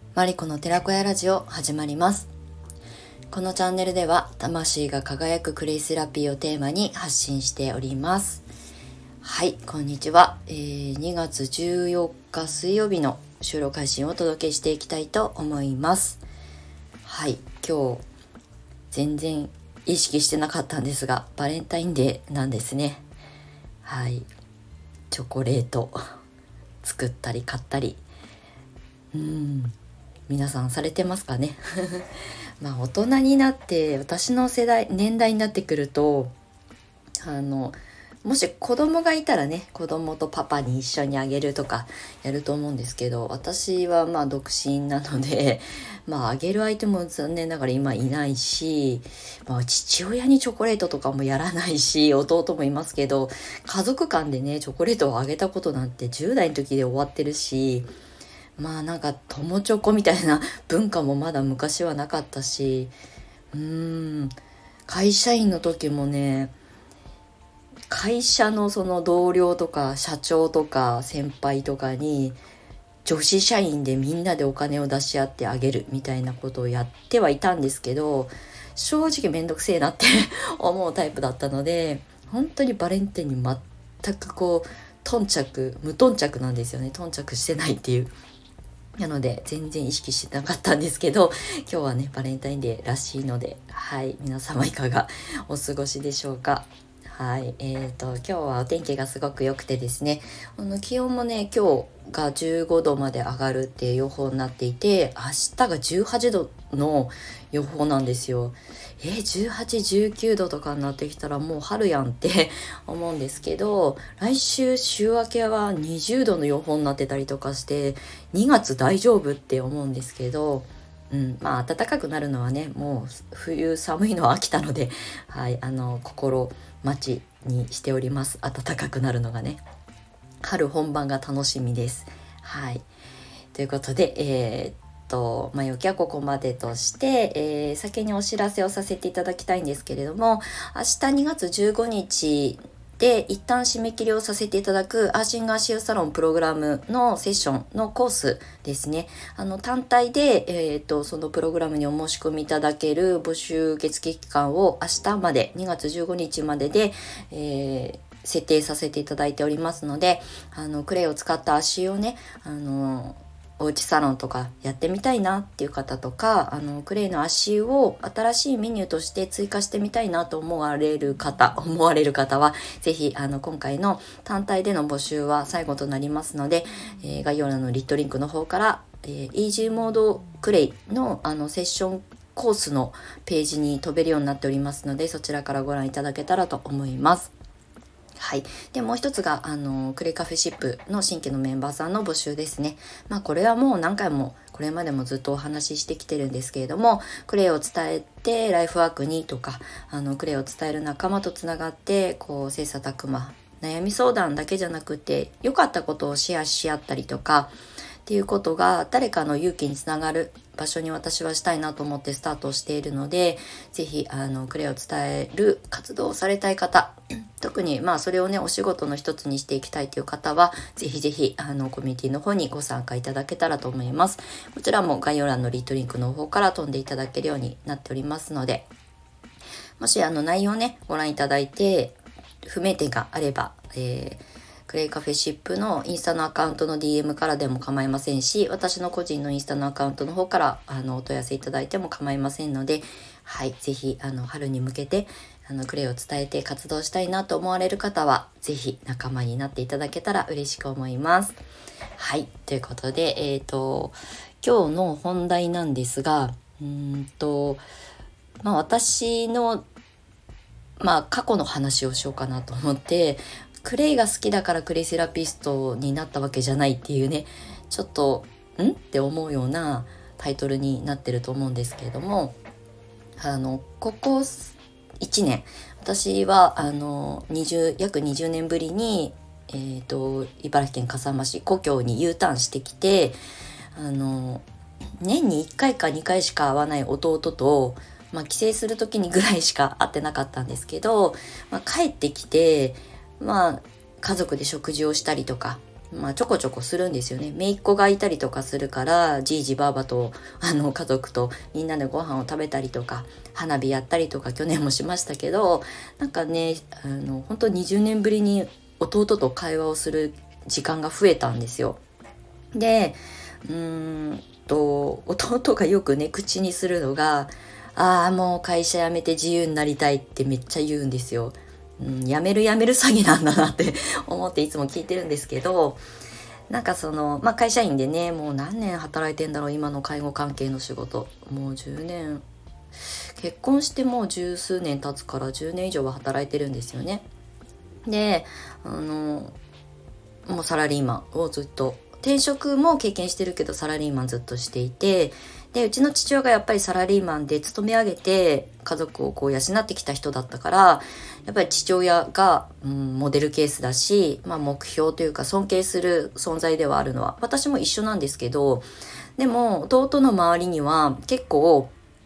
マリコの寺子屋ラジオ始まります。このチャンネルでは魂が輝くクレイセラピーをテーマに発信しております。はい、こんにちは。2月14日水曜日の収録配信をお届けしていきたいと思います。はい、今日全然意識してなかったんですが、バレンタインデーなんですね。はい、チョコレート作ったり買ったり、皆さんされてますかねまあ大人になって私の年代になってくるともし子供がいたらね、子供とパパに一緒にあげるとかやると思うんですけど、私はまあ独身なのであげる相手も残念ながら今いないし、父親にチョコレートとかもやらないし、弟もいますけど、家族間でねチョコレートをあげたことなんて10代の時で終わってるし、なんか友チョコみたいな文化もまだ昔はなかったし、会社員の時もね、会社のその同僚とか社長とか先輩とかに女子社員でみんなでお金を出し合ってあげるみたいなことをやってはいたんですけど、正直めんどくせえなって思うタイプだったので、本当にバレンタインに全く無頓着なんですよね。頓着してないっていう。なので全然意識してなかったんですけど、今日はねバレンタインデーらしいので、はい、皆様いかがお過ごしでしょうか。はい、今日はお天気がすごく良くてですね、気温もね今日が15度まで上がるっていう予報になっていて、明日が18度の予報なんですよ。18、19度とかになってきたらもう春やんって思うんですけど、来週週明けは20度の予報になってたりとかして、2月大丈夫って思うんですけど、暖かくなるのはね、もう冬寒いのは飽きたので、はい、心待ちにしております。暖かくなるのがね、春本番が楽しみです。はい、ということで前置きはここまでとして、先にお知らせをさせていただきたいんですけれども、明日2月15日で一旦締め切りをさせていただくアーシングアシウサロンプログラムのセッションのコースですね。単体で、そのプログラムにお申し込みいただける募集受付期間を明日まで2月15日までで、設定させていただいておりますので、クレイを使った足をね、おうちサロンとかやってみたいなっていう方とか、クレイの足を新しいメニューとして追加してみたいなと思われる方はぜひ今回の単体での募集は最後となりますので、概要欄のリットリンクの方から、イージーモードクレイのセッションコースのページに飛べるようになっておりますので、そちらからご覧いただけたらと思います。はい。で、もう一つが、クレイカフェシップの新規のメンバーさんの募集ですね。これはもう何回も、これまでもずっとお話ししてきてるんですけれども、クレイを伝えてライフワークにとか、クレイを伝える仲間とつながって、切磋琢磨、悩み相談だけじゃなくて、良かったことをシェアし合ったりとか、っていうことが誰かの勇気につながる場所に私はしたいなと思ってスタートをしているので、ぜひクレイを伝える活動をされたい方、特にそれをねお仕事の一つにしていきたいという方は、ぜひぜひコミュニティの方にご参加いただけたらと思います。こちらも概要欄のリトリンクの方から飛んでいただけるようになっておりますので、もし内容をねご覧いただいて不明点があれば、クレイカフェシップのインスタのアカウントの DM からでも構いませんし、私の個人のインスタのアカウントの方からお問い合わせいただいても構いませんので、はい、ぜひ春に向けてクレイを伝えて活動したいなと思われる方は、ぜひ仲間になっていただけたら嬉しく思います。はい、ということで、今日の本題なんですが、私の過去の話をしようかなと思って、クレイが好きだからクレイセラピストになったわけじゃないっていうね、ちょっとって思うようなタイトルになってると思うんですけれども、ここ1年私は約20年ぶりに、茨城県笠間市故郷に U ターンしてきて、年に1回か2回しか会わない弟と、帰省する時にぐらいしか会ってなかったんですけど、帰ってきて家族で食事をしたりとか、 ちょこちょこするんですよね。姪っ子がいたりとかするから、じいじばあばと家族とみんなでご飯を食べたりとか、花火やったりとか去年もしましたけど、なんかね、本当20年ぶりに弟と会話をする時間が増えたんですよ。で、弟がよくね口にするのが、もう会社辞めて自由になりたいってめっちゃ言うんですよ。辞める詐欺なんだなって思っていつも聞いてるんですけど、なんか会社員でね、もう何年働いてんだろう、今の介護関係の仕事。もう10年、結婚してもう十数年経つから10年以上は働いてるんですよね。で、もうサラリーマンをずっと、転職も経験してるけどサラリーマンずっとしていて、でうちの父親がやっぱりサラリーマンで勤め上げて家族をこう養ってきた人だったから、やっぱり父親が、モデルケースだし、目標というか尊敬する存在ではあるのは私も一緒なんですけど、でも弟の周りには結構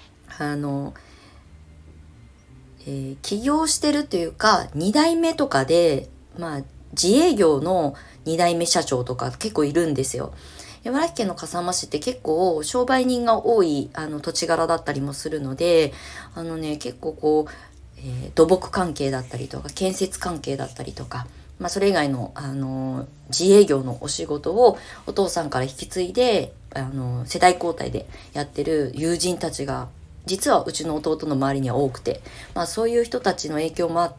起業してるというか2代目とかで、自営業の2代目社長とか結構いるんですよ。茨城県の笠間市って結構商売人が多い土地柄だったりもするので、結構こう、土木関係だったりとか建設関係だったりとか、それ以外の、自営業のお仕事をお父さんから引き継いで世代交代でやってる友人たちが実はうちの弟の周りには多くて、そういう人たちの影響もあって、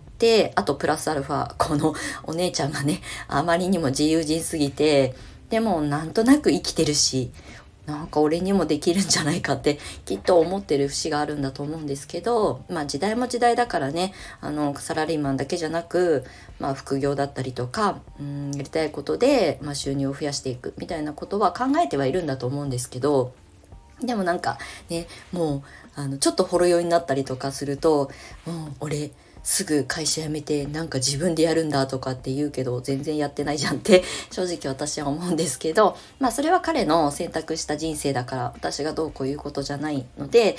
あとプラスアルファこのお姉ちゃんがねあまりにも自由人すぎて、でもなんとなく生きてるし、なんか俺にもできるんじゃないかってきっと思ってる節があるんだと思うんですけど、時代も時代だからね、サラリーマンだけじゃなく、副業だったりとかやりたいことで、収入を増やしていくみたいなことは考えてはいるんだと思うんですけど、でもなんかね、もうちょっとほろ酔いになったりとかすると、もう俺すぐ会社辞めてなんか自分でやるんだとかって言うけど全然やってないじゃんって正直私は思うんですけど、それは彼の選択した人生だから私がどうこういうことじゃないので、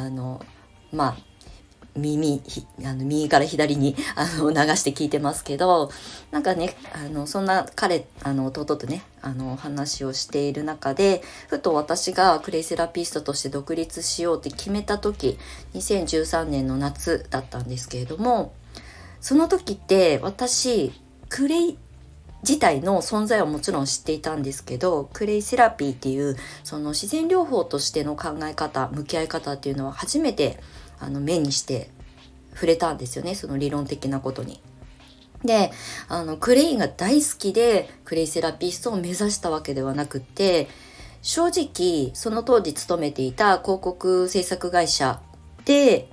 右から左に流して聞いてますけど、なんかねそんな弟とね話をしている中で、ふと私がクレイセラピストとして独立しようって決めた時、2013年の夏だったんですけれども、その時って私クレイ自体の存在はもちろん知っていたんですけど、クレイセラピーっていうその自然療法としての考え方、向き合い方っていうのは初めて目にして触れたんですよね、その理論的なことに。でクレイが大好きでクレイセラピストを目指したわけではなくって、正直その当時勤めていた広告制作会社で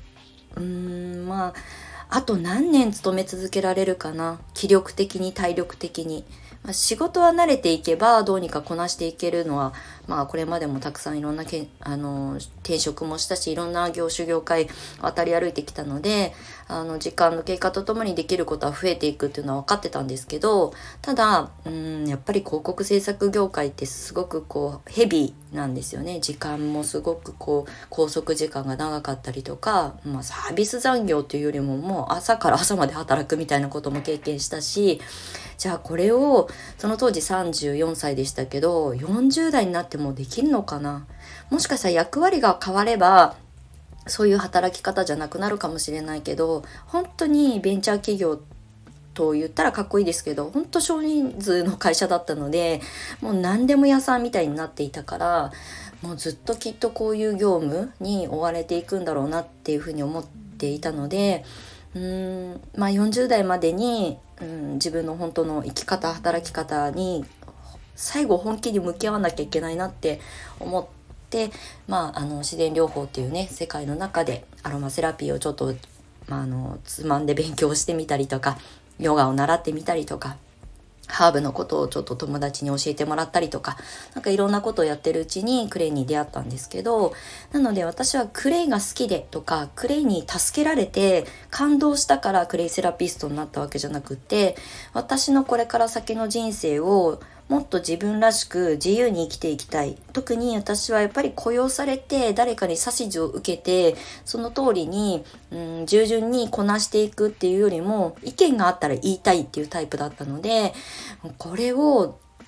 あと何年勤め続けられるかな、気力的に体力的に。仕事は慣れていけばどうにかこなしていけるのは、これまでもたくさんいろんな転職もしたし、いろんな業種業界渡り歩いてきたので、時間の経過とともにできることは増えていくっていうのは分かってたんですけど、ただやっぱり広告制作業界ってすごくヘビーなんですよね。時間もすごく拘束時間が長かったりとか、サービス残業というよりももう朝から朝まで働くみたいなことも経験したし、じゃあこれをその当時34歳でしたけど40代になってもできるのかな。もしかしたら役割が変わればそういう働き方じゃなくなるかもしれないけど、本当にベンチャー企業と言ったらかっこいいですけど、本当少人数の会社だったので、もう何でも屋さんみたいになっていたから、もうずっときっとこういう業務に追われていくんだろうなっていうふうに思っていたので、40代までに、自分の本当の生き方、働き方に最後本気に向き合わなきゃいけないなって思って、自然療法っていうね世界の中でアロマセラピーをちょっと、つまんで勉強してみたりとか、ヨガを習ってみたりとか、ハーブのことをちょっと友達に教えてもらったりとか、なんかいろんなことをやってるうちにクレイに出会ったんですけど、なので私はクレイが好きでとか、クレイに助けられて感動したからクレイセラピストになったわけじゃなくて、私のこれから先の人生をもっと自分らしく自由に生きていきたい。特に私はやっぱり雇用されて誰かに指示を受けてその通りに、従順にこなしていくっていうよりも、意見があったら言いたいっていうタイプだったので、これを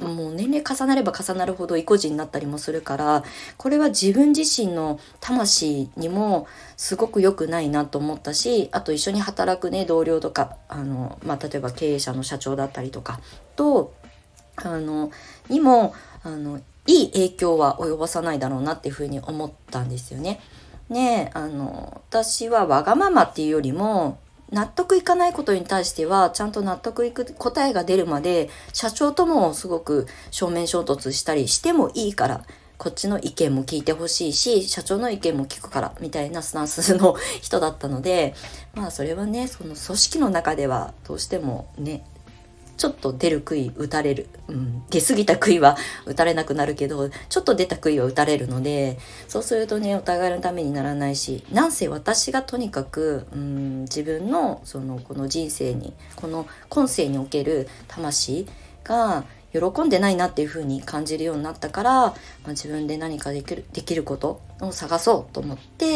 もう年齢重なれば重なるほど意固地になったりもするから、これは自分自身の魂にもすごく良くないなと思ったし、あと一緒に働くね同僚とか例えば経営者の社長だったりとかとにもいい影響は及ぼさないだろうなっていうふうに思ったんですよね。ね、私はわがままっていうよりも、納得いかないことに対してはちゃんと納得いく答えが出るまで社長ともすごく正面衝突したりしてもいいから、こっちの意見も聞いてほしいし社長の意見も聞くからみたいなスタンスの人だったので、それはね、その組織の中ではどうしてもね、ちょっと出る杭打たれる、出過ぎた杭は打たれなくなるけど、ちょっと出た杭は打たれるので、そうするとねお互いのためにならないし、なんせ私がとにかく自分のこの人生に、この今世における魂が喜んでないなっていう風に感じるようになったから、自分で何かできることを探そうと思って、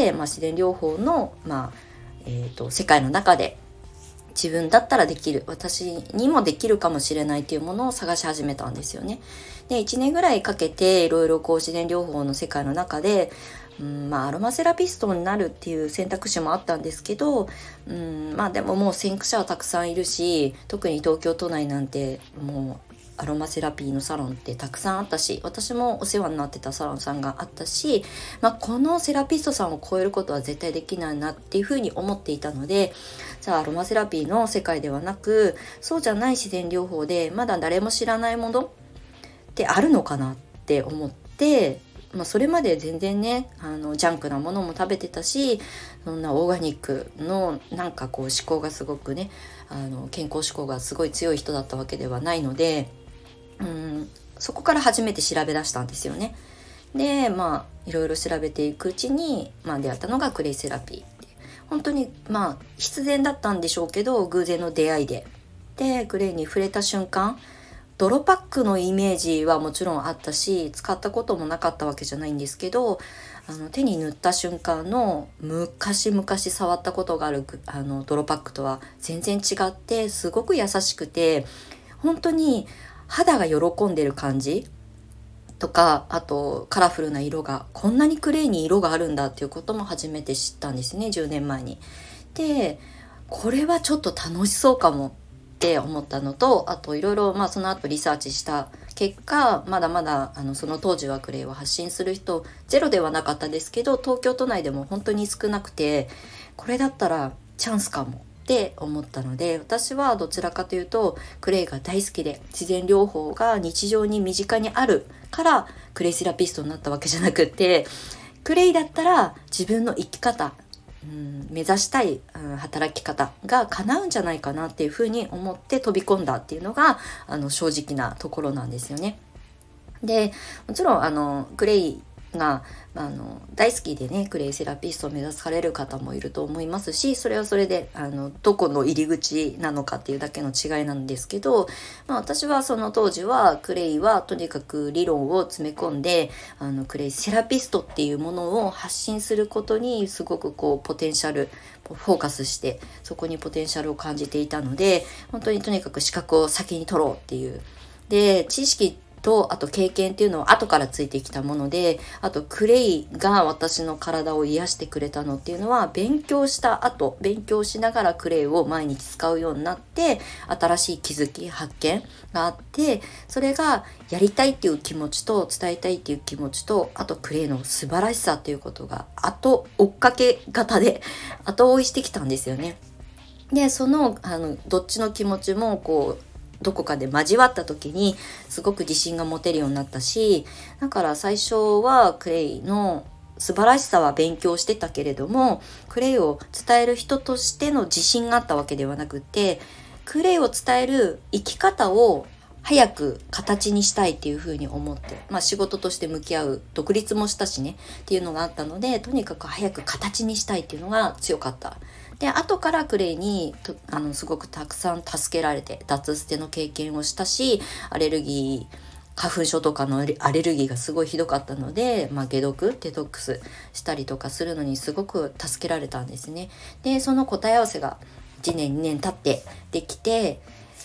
自然療法の、世界の中で自分だったらできる、私にもできるかもしれないっていうものを探し始めたんですよね。で、1年ぐらいかけていろいろ自然療法の世界の中で、アロマセラピストになるっていう選択肢もあったんですけど、でももう先駆者はたくさんいるし、特に東京都内なんてもうアロマセラピーのサロンってたくさんあったし、私もお世話になってたサロンさんがあったし、このセラピストさんを超えることは絶対できないなっていうふうに思っていたので、じゃあアロマセラピーの世界ではなく、そうじゃない自然療法でまだ誰も知らないものってあるのかなって思って、それまで全然ねジャンクなものも食べてたし、そんなオーガニックの思考がすごくね健康志向がすごい強い人だったわけではないので、そこから初めて調べ出したんですよね。でいろいろ調べていくうちに、出会ったのがクレイセラピー。本当に必然だったんでしょうけど、偶然の出会いでクレイに触れた瞬間、泥パックのイメージはもちろんあったし、使ったこともなかったわけじゃないんですけど、手に塗った瞬間の昔触ったことがある泥パックとは全然違って、すごく優しくて、本当に肌が喜んでる感じとか、あとカラフルな色が、こんなにクレイに色があるんだっていうことも初めて知ったんですね、10年前に。で、これはちょっと楽しそうかもって思ったのと、あといろいろその後リサーチした結果、まだまだその当時はクレイを発信する人ゼロではなかったですけど、東京都内でも本当に少なくて、これだったらチャンスかもって思ったので、私はどちらかというとクレイが大好きで、自然療法が日常に身近にあるからクレイセラピストになったわけじゃなくて、クレイだったら自分の生き方、目指したい働き方が叶うんじゃないかなっていうふうに思って飛び込んだっていうのが正直なところなんですよね。で、もちろんクレイが大好きでね、クレイセラピストを目指される方もいると思いますし、それはそれでどこの入り口なのかっていうだけの違いなんですけど、私はその当時はクレイはとにかく理論を詰め込んでクレイセラピストっていうものを発信することにすごくポテンシャルフォーカスして、そこにポテンシャルを感じていたので、本当にとにかく資格を先に取ろうっていう、で知識とあと経験っていうのは後からついてきたもので、あとクレイが私の体を癒してくれたのっていうのは、勉強した後、勉強しながらクレイを毎日使うようになって、新しい気づき発見があって、それがやりたいっていう気持ちと伝えたいっていう気持ちと、あとクレイの素晴らしさっていうことが追っかけ型で後追いしてきたんですよね。でそのどっちの気持ちもどこかで交わった時にすごく自信が持てるようになったし、だから最初はクレイの素晴らしさは勉強してたけれども、クレイを伝える人としての自信があったわけではなくて、クレイを伝える生き方を早く形にしたいっていうふうに思って、仕事として向き合う、独立もしたしねっていうのがあったので、とにかく早く形にしたいっていうのが強かった。で後からクレイにすごくたくさん助けられて、脱捨ての経験をしたし、アレルギー、花粉症とかのアレルギーがすごいひどかったので、解毒デトックスしたりとかするのにすごく助けられたんですね。でその答え合わせが1年2年経ってできて、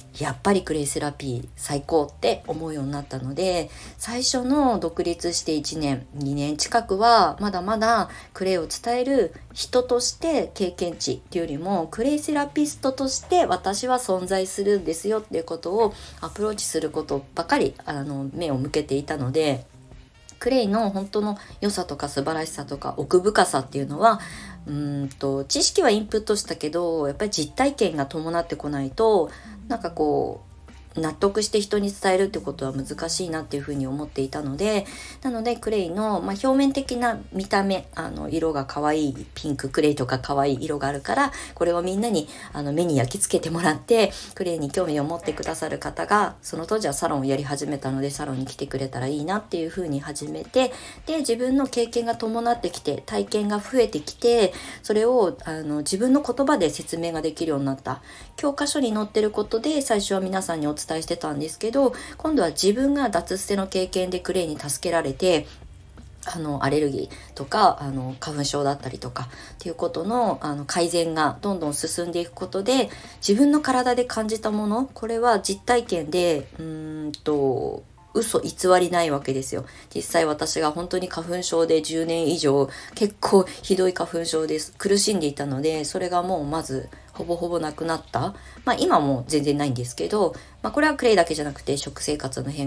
やっぱりクレイセラピー最高って思うようになったので、最初の独立して1年2年近くはまだまだクレイを伝える人として経験値っていうよりも、クレイセラピストとして私は存在するんですよっていうことをアプローチすることばかり目を向けていたので、クレイの本当の良さとか素晴らしさとか奥深さっていうのは、知識はインプットしたけど、やっぱり実体験が伴ってこないと、なんかこう納得して人に伝えるってことは難しいなっていうふうに思っていたので、なのでクレイの、表面的な見た目、色が可愛いピンククレイとか可愛い色があるから、これをみんなに目に焼き付けてもらって、クレイに興味を持ってくださる方が、その当時はサロンをやり始めたのでサロンに来てくれたらいいなっていうふうに始めて、で自分の経験が伴ってきて体験が増えてきて、それを自分の言葉で説明ができるようになった。教科書に載ってることで最初は皆さんにお伝えしてたんですけど、今度は自分が脱捨ての経験でクレイに助けられて、アレルギーとか花粉症だったりとかっていうことの改善がどんどん進んでいくことで、自分の体で感じたもの、これは実体験で嘘偽りないわけですよ。実際私が本当に花粉症で10年以上結構ひどい花粉症です苦しんでいたので、それがもうまずほぼほぼなくなった。今も全然ないんですけど、これはクレイだけじゃなくて食生活の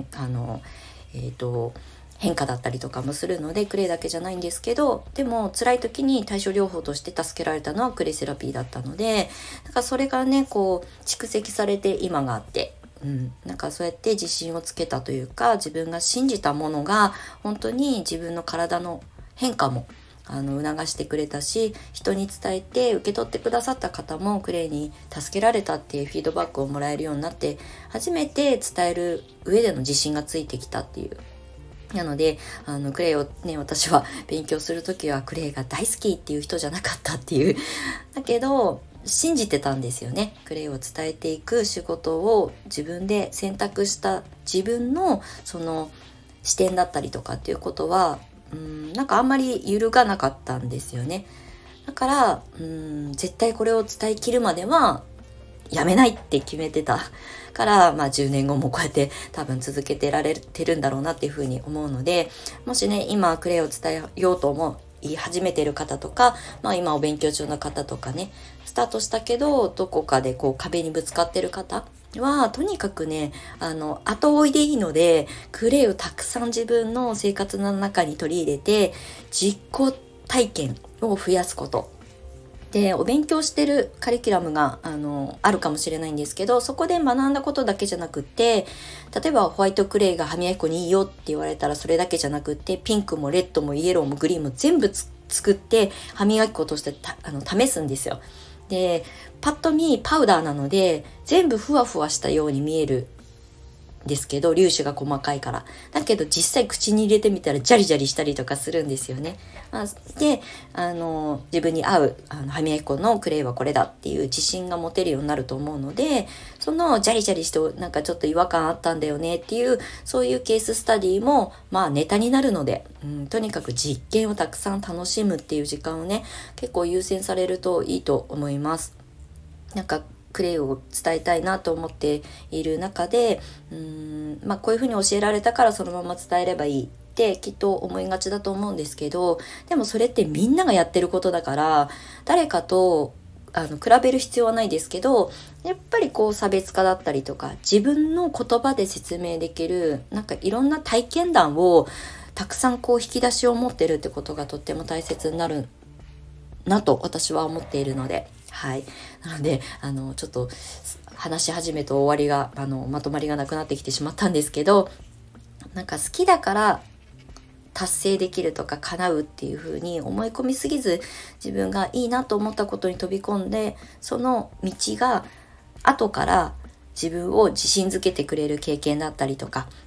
変化だったりとかもするのでクレイだけじゃないんですけど、でも辛い時に対処療法として助けられたのはクレイセラピーだったので、だからそれがねこう蓄積されて今があって、なんかそうやって自信をつけたというか、自分が信じたものが本当に自分の体の変化も促してくれたし、人に伝えて受け取ってくださった方もクレイに助けられたっていうフィードバックをもらえるようになって、初めて伝える上での自信がついてきたっていう。なのでクレイをね、私は勉強するときはクレイが大好きっていう人じゃなかったっていうだけど信じてたんですよね。クレイを伝えていく仕事を自分で選択した自分のその視点だったりとかっていうことはなんかあんまり揺るがなかったんですよね。だから絶対これを伝えきるまではやめないって決めてたから、10年後もこうやって多分続けてられてるんだろうなっていうふうに思うので、もしね今クレイを伝えようと言い始めてる方とか、今お勉強中の方とかね、スタートしたけどどこかでこう壁にぶつかってる方はとにかくね後追いでいいので、クレイをたくさん自分の生活の中に取り入れて実行体験を増やすことで、お勉強してるカリキュラムがあるかもしれないんですけど、そこで学んだことだけじゃなくって、例えばホワイトクレイが歯磨き粉にいいよって言われたらそれだけじゃなくって、ピンクもレッドもイエローもグリーンも全部作って歯磨き粉として試すんですよ。でパッと見パウダーなので全部ふわふわしたように見えるですけど、粒子が細かいから。だけど実際口に入れてみたらジャリジャリしたりとかするんですよね。で自分に合う歯磨き粉のクレイはこれだっていう自信が持てるようになると思うので、そのジャリジャリしてなんかちょっと違和感あったんだよねっていうそういうケーススタディもネタになるので、とにかく実験をたくさん楽しむっていう時間をね結構優先されるといいと思います。なんかクレイを伝えたいなと思っている中でこういうふうに教えられたからそのまま伝えればいいってきっと思いがちだと思うんですけど、でもそれってみんながやってることだから誰かと比べる必要はないですけど、やっぱりこう差別化だったりとか自分の言葉で説明できるなんかいろんな体験談をたくさんこう引き出しを持ってるってことがとっても大切になるなと私は思っているので、はい。なのでちょっと話し始めと終わりがまとまりがなくなってきてしまったんですけど、なんか好きだから達成できるとか叶うっていう風に思い込みすぎず、自分がいいなと思ったことに飛び込んで、その道が後から自分を自信づけてくれる経験だったりとか、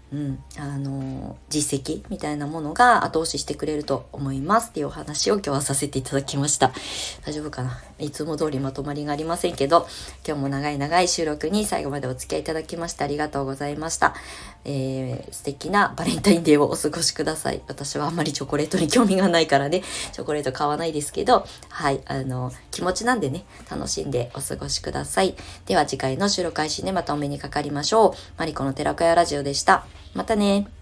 実績みたいなものが後押ししてくれると思いますっていうお話を今日はさせていただきました。大丈夫かな？いつも通りまとまりがありませんけど、今日も長い収録に最後までお付き合いいただきましてありがとうございました。素敵なバレンタインデーをお過ごしください。私はあんまりチョコレートに興味がないからね、チョコレート買わないですけど、はい、気持ちなんでね、楽しんでお過ごしください。では次回の収録配信でまたお目にかかりましょう。マリコの寺子屋ラジオでした。またね。